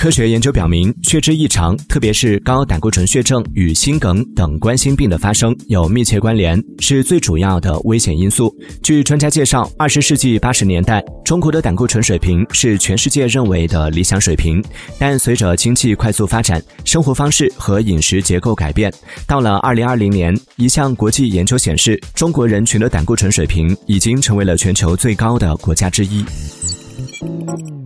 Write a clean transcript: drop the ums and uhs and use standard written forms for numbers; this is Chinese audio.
科学研究表明，血脂异常，特别是高胆固醇血症与心梗等冠心病的发生有密切关联，是最主要的危险因素。据专家介绍，20世纪80年代，中国的胆固醇水平是全世界认为的理想水平，但随着经济快速发展，生活方式和饮食结构改变，到了2020年，一项国际研究显示，中国人群的胆固醇水平已经成为了全球最高的国家之一。